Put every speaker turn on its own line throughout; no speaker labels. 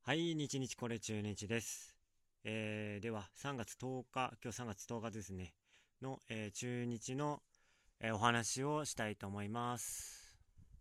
はい、日日これ中日です。では、3月10日、今日3月10日ですね、の、中日の、お話をしたいと思います。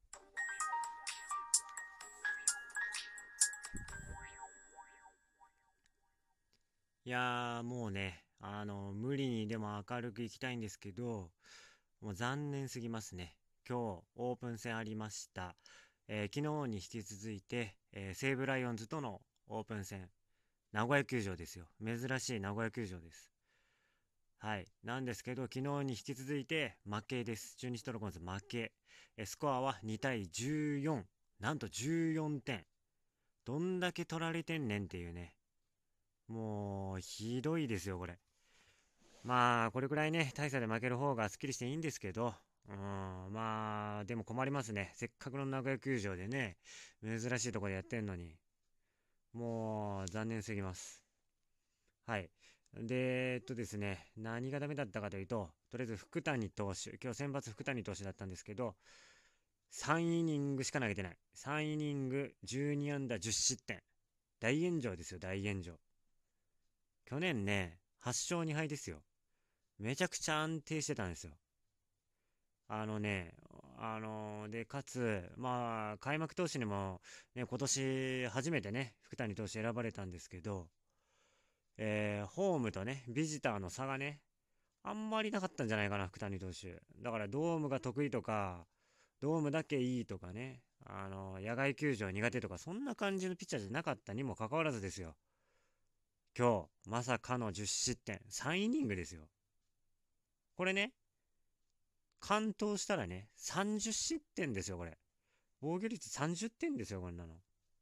いやー、もうね、無理にでも明るくいきたいんですけど、もう残念すぎますね。今日、オープン戦ありました。昨日に引き続いて、西武ライオンズとのオープン戦、名古屋球場ですよ。珍しい名古屋球場です。はい。なんですけど、昨日に引き続いて負けです。中日ドラゴンズ負け。スコアは2対14。なんと14点。どんだけ取られてんねんっていうね。もう、ひどいですよ、これ。まあ、これくらいね、大差で負ける方がスッキリしていいんですけど、まあ、でも困りますね。せっかくの名古屋球場でね、珍しいところでやってんのに。もう、残念すぎます。はい。で、ですね、何がダメだったかというと、とりあえず福谷投手、今日先発福谷投手だったんですけど、3イニングしか投げてない。3イニング12安打10失点。大炎上ですよ、大炎上。去年ね、8勝2敗ですよ。めちゃくちゃ安定してたんですよ。あのね、で、かつ、まあ、開幕投手にも、ね、今年初めてね、福谷投手選ばれたんですけど、ホームとね、ビジターの差がね、あんまりなかったんじゃないかな、福谷投手。だからドームが得意とか、ドームだけいいとかね、野外球場苦手とか、そんな感じのピッチャーじゃなかったにもかかわらずですよ。今日、まさかの10失点、3イニングですよ。これね、完投したらね、30失点ですよ、これ。防御率30点ですよ、こんなの。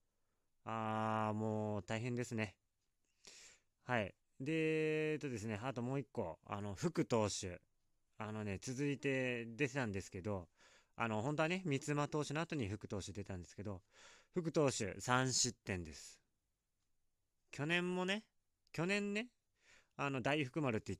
もう大変ですね。はい。で、ですね、あともう一個、福投手。続いて出てたんですけど、本当はね、三間投手の後に福投手出たんですけど、福投手3失点です。去年もね、去年ね、大福丸って言って、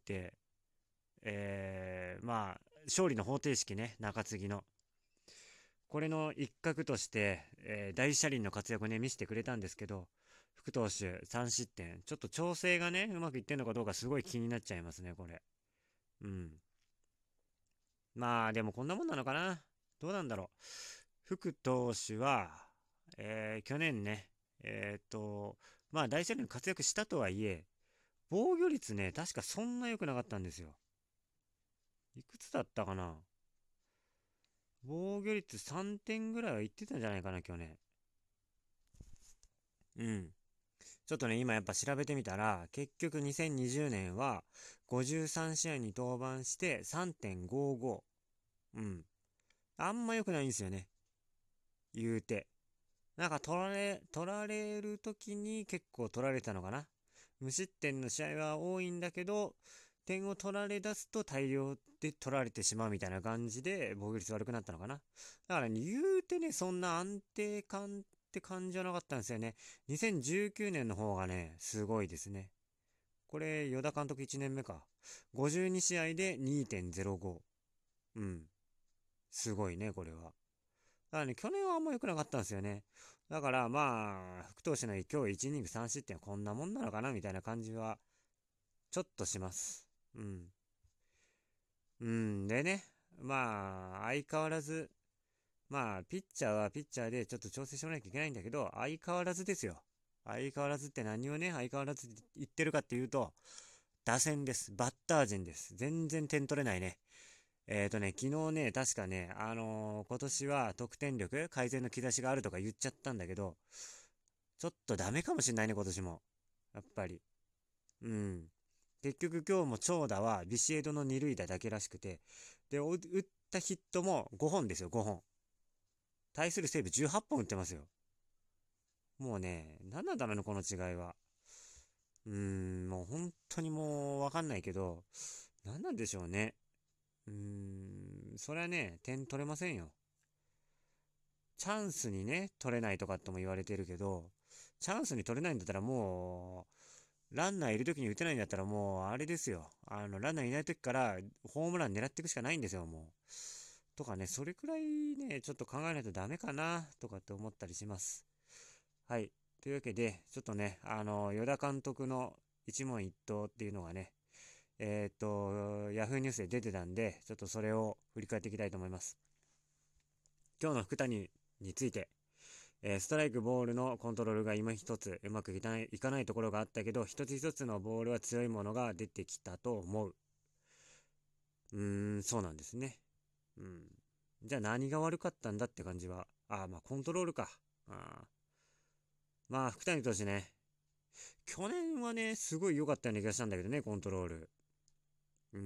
まあ、勝利の方程式ね、中継ぎの。これの一角として、大車輪の活躍をね、見せてくれたんですけど、福投手3失点。ちょっと調整がね、うまくいってんのかどうかすごい気になっちゃいますね、これ。うん。まあ、でもこんなもんなのかな。どうなんだろう。福投手は、去年ね、まあ大戦で活躍したとはいえ、防御率ね、確かそんな良くなかったんですよ。いくつだったかな。防御率3点ぐらいはいってたんじゃないかな、去年。うん。ちょっとね、今やっぱ調べてみたら、結局2020年は53試合に登板して3.55。うん。あんま良くないんですよね。言うて。なんか取られる時に結構取られたのかな。無失点の試合は多いんだけど、点を取られ出すと大量で取られてしまうみたいな感じで防御率悪くなったのかな。だからね、言うてね、そんな安定感って感じはなかったんですよね。2019年の方がね、すごいですね。これ、与田監督1年目か。52試合で2.05。うん。すごいね、これは。だからね、去年はあんま良くなかったんですよね。だからまあ、福投手の今日1イニング3失点はこんなもんなのかなみたいな感じはちょっとします。うん。うん。でね、まあ、相変わらず、まあ、ピッチャーはピッチャーでちょっと調整してもらわなきゃいけないんだけど、相変わらずですよ。相変わらずって何をね、相変わらず言ってるかっていうと、打線です。バッター陣です。全然点取れないね。昨日ね、確かね、今年は得点力改善の兆しがあるとか言っちゃったんだけど、ちょっとダメかもしんないね、今年も。やっぱり。うん。結局今日も長打はビシエドの二塁打だけらしくて、で、打ったヒットも5本ですよ、5本。対する西武18本打ってますよ。もうね、何なんだろうね、この違いは。もう本当にもうわかんないけど、何なんでしょうね。それはね、点取れませんよ。チャンスにね、取れないとかっても言われてるけど、チャンスに取れないんだったらもう、ランナーいる時に打てないんだったらもう、あれですよ。ランナーいない時からホームラン狙っていくしかないんですよ、もう。とかね、それくらいね、ちょっと考えないとダメかな、とかって思ったりします。はい。 というわけで、ちょっとね、与田監督の一問一答っていうのがね、ヤフーニュースで出てたんで、ちょっとそれを振り返っていきたいと思います。今日の福谷について、ストライクボールのコントロールが今一つうまくいかないところがあったけど、一つ一つのボールは強いものが出てきたと思う。そうなんですね。うん。じゃあ何が悪かったんだって感じは。まあコントロールか。あまあ福谷投手ね。去年はね、すごい良かったような気がしたんだけどね、コントロール。うん。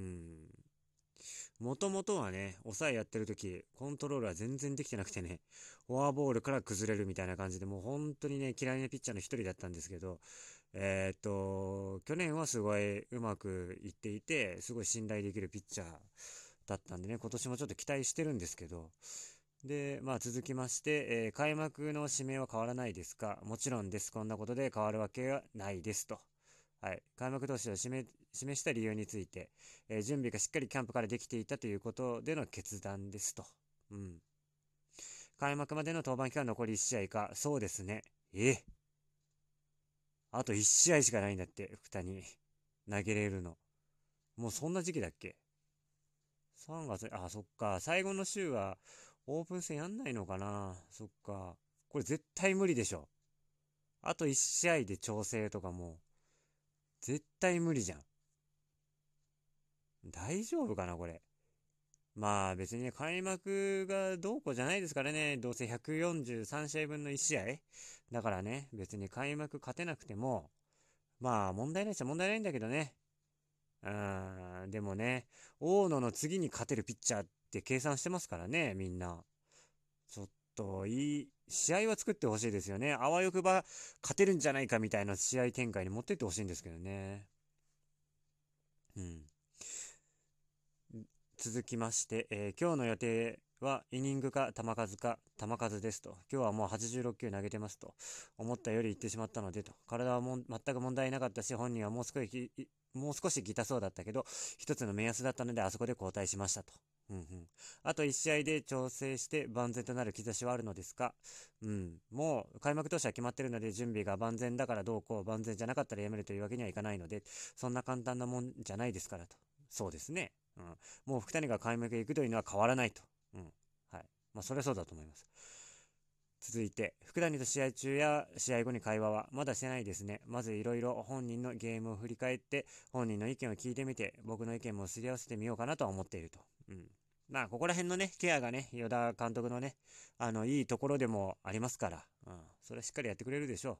もともとはね、抑えやってる時、コントロールは全然できてなくてね、フォアボールから崩れるみたいな感じで、もう本当にね、嫌いなピッチャーの一人だったんですけど、去年はすごいうまくいっていて、すごい信頼できるピッチャーだったんでね、今年もちょっと期待してるんですけど、で、まあ続きまして、開幕の指名は変わらないですか？もちろんです。こんなことで変わるわけはないですと。はい。開幕投手を示した理由について、準備がしっかりキャンプからできていたということでの決断ですと。うん。開幕までの登板期間残り1試合か。そうですね。あと1試合しかないんだって、福谷。投げれるの。もうそんな時期だっけ？ 3 月、そっか。最後の週はオープン戦やんないのかな？そっか。これ絶対無理でしょ。あと1試合で調整とかも、絶対無理じゃん。大丈夫かな、これ。まあ別にね、開幕がどうこうじゃないですからね。どうせ143試合分の1試合だからね、別に開幕勝てなくても、まあ問題ないっちゃ問題ないんだけどね。でもね、大野の次に勝てるピッチャーって計算してますからね、みんな。ちょっといい、試合は作ってほしいですよね。あわよくば勝てるんじゃないかみたいな試合展開に持ってってほしいんですけどね。うん。続きまして、今日の予定はイニングか球数ですと。今日はもう86球投げてますと。思ったよりいってしまったのでと。体は全く問題なかったし、本人はもう少しギタそうだったけど、一つの目安だったのであそこで交代しましたと。うんうん。あと1試合で調整して万全となる兆しはあるのですか？うん。もう開幕投手は決まってるので準備が万全だからどうこう万全じゃなかったらやめるというわけにはいかないので、そんな簡単なもんじゃないですからと。そうですね。うん。もう福谷が開幕へ行くというのは変わらないと。うん。はい。まあ、それはそうだと思います。続いて、福谷と試合中や試合後に会話はまだしてないですね。まずいろいろ本人のゲームを振り返って、本人の意見を聞いてみて、僕の意見もすり合わせてみようかなとは思っていると。うん。まあ、ここら辺のね、ケアがね、与田監督のね、いいところでもありますから、うん。それはしっかりやってくれるでしょ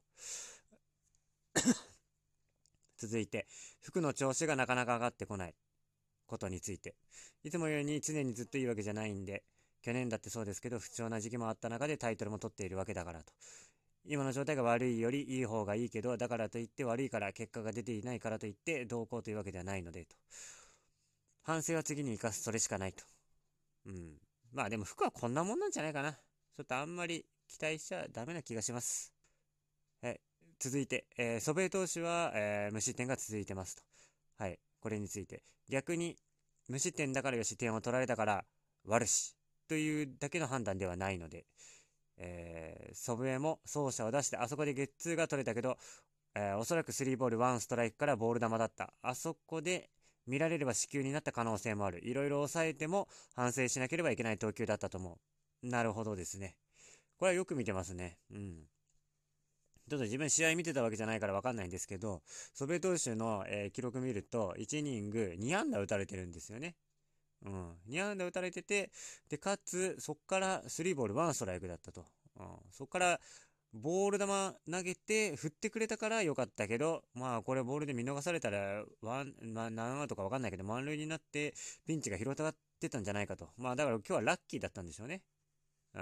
う。続いて、服の調子がなかなか上がってこないことについて。いつもように常にずっといいわけじゃないんで、去年だってそうですけど、不調な時期もあった中でタイトルも取っているわけだからと。今の状態が悪いよりいい方がいいけど、だからといって悪いから結果が出ていないからといってどうこうというわけではないのでと。反省は次に生かす、それしかないと。うん。まあでも服はこんなもんなんじゃないかな。ちょっとあんまり期待しちゃダメな気がします。はい。続いて、祖米投手は、無失点が続いてますと。はい。これについて。逆に、無失点だからよし、点を取られたから悪し。というだけの判断ではないので、祖父江も走者を出して、あそこでゲッツーが取れたけど、おそらくスリーボールワンストライクからボール球だった。あそこで見られれば死球になった可能性もある。いろいろ抑えても反省しなければいけない投球だったと思う。なるほどですね。これはよく見てますね。うん。ちょっと自分試合見てたわけじゃないからわかんないんですけど、祖父江投手の、記録見ると、1イニング2安打打たれてるんですよね。うん。2安打打たれてて、で、かつ、そっから3ボール1ストライクだったと。うん。そっから、ボール球投げて振ってくれたから良かったけど、まあこれボールで見逃されたら、まあ何アウトかわかんないけど、満塁になってピンチが広がってたんじゃないかと。まあだから今日はラッキーだったんでしょうね。うん。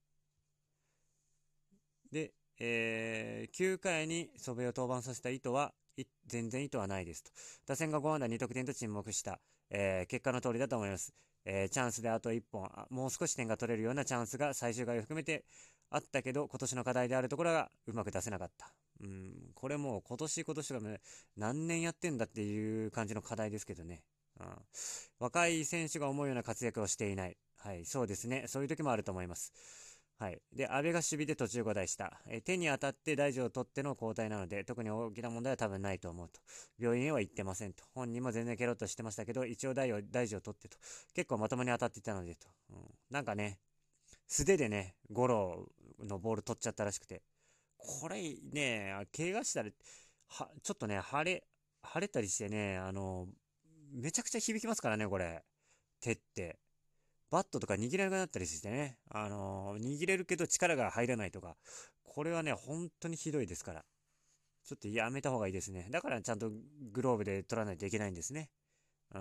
で、9回に祖父江を登板させた意図は、全然意図はないですと。打線が5安打2得点と沈黙した、結果の通りだと思います。チャンスであと1本もう少し点が取れるようなチャンスが最終回を含めてあったけど、今年の課題であるところがうまく出せなかった。うん、これもう今年がね、何年やってんだっていう感じの課題ですけどね。うん、若い選手が思うような活躍をしていない。はい、そうですね。そういう時もあると思います。 はい。で、阿部が守備で途中交代した。手に当たって大事を取っての交代なので、特に大きな問題は多分ないと思うと。病院へは行ってませんと。本人も全然ケロッとしてましたけど、一応大事を取ってと。結構まともに当たっていたのでと。なんかね、素手でね、ゴロのボール取っちゃったらしくて。これね、怪我したら、ちょっとね、腫れたりしてね、めちゃくちゃ響きますからね、これ。手って。バットとか握れなくなったりしてね、握れるけど力が入らないとか、これはね、本当にひどいですから、ちょっとやめた方がいいですね。だからちゃんとグローブで取らないといけないんですね。うん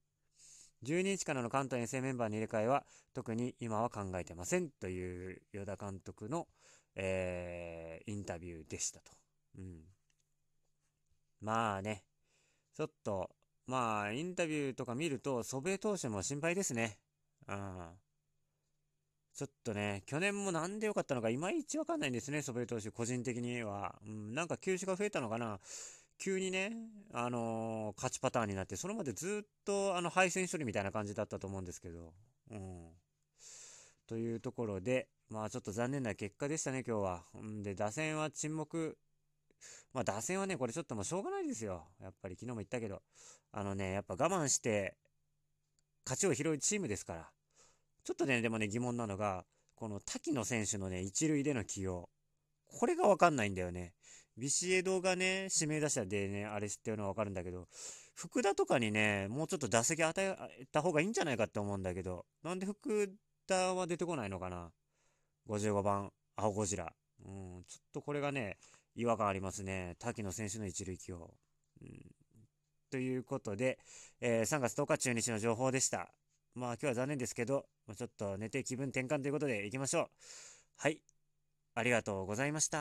。12日からの関東遠征メンバーの入れ替えは、特に今は考えてませんという与田監督の、インタビューでしたと。うん。まあね、ちょっと、まあ、インタビューとか見ると、祖父江投手も心配ですね。うん。ちょっとね、去年もなんで良かったのか、いまいちわかんないんですね、ソベイ投手、個人的には。なんか球種が増えたのかな。急にね、勝ちパターンになって、それまでずっと、敗戦処理みたいな感じだったと思うんですけど。うん。というところで、まあちょっと残念な結果でしたね、今日は。で、打線は沈黙。まあ打線はね、これちょっともうしょうがないですよ。やっぱり昨日も言ったけど。やっぱ我慢して勝ちを拾うチームですから。ちょっとね、でもね、疑問なのが、この滝野選手のね、一塁での起用。これがわかんないんだよね。ビシエドがね、指名打者でね、あれ知ってるのはわかるんだけど、福田とかにね、もうちょっと打席与えた方がいいんじゃないかって思うんだけど、なんで福田は出てこないのかな？ 55 番、青ゴジラ。ちょっとこれがね、違和感ありますね。滝野選手の一塁起用。うん、ということで、3月10日中日の情報でした。まあ今日は残念ですけど、ちょっと寝て気分転換ということで行きましょう。はい、ありがとうございました。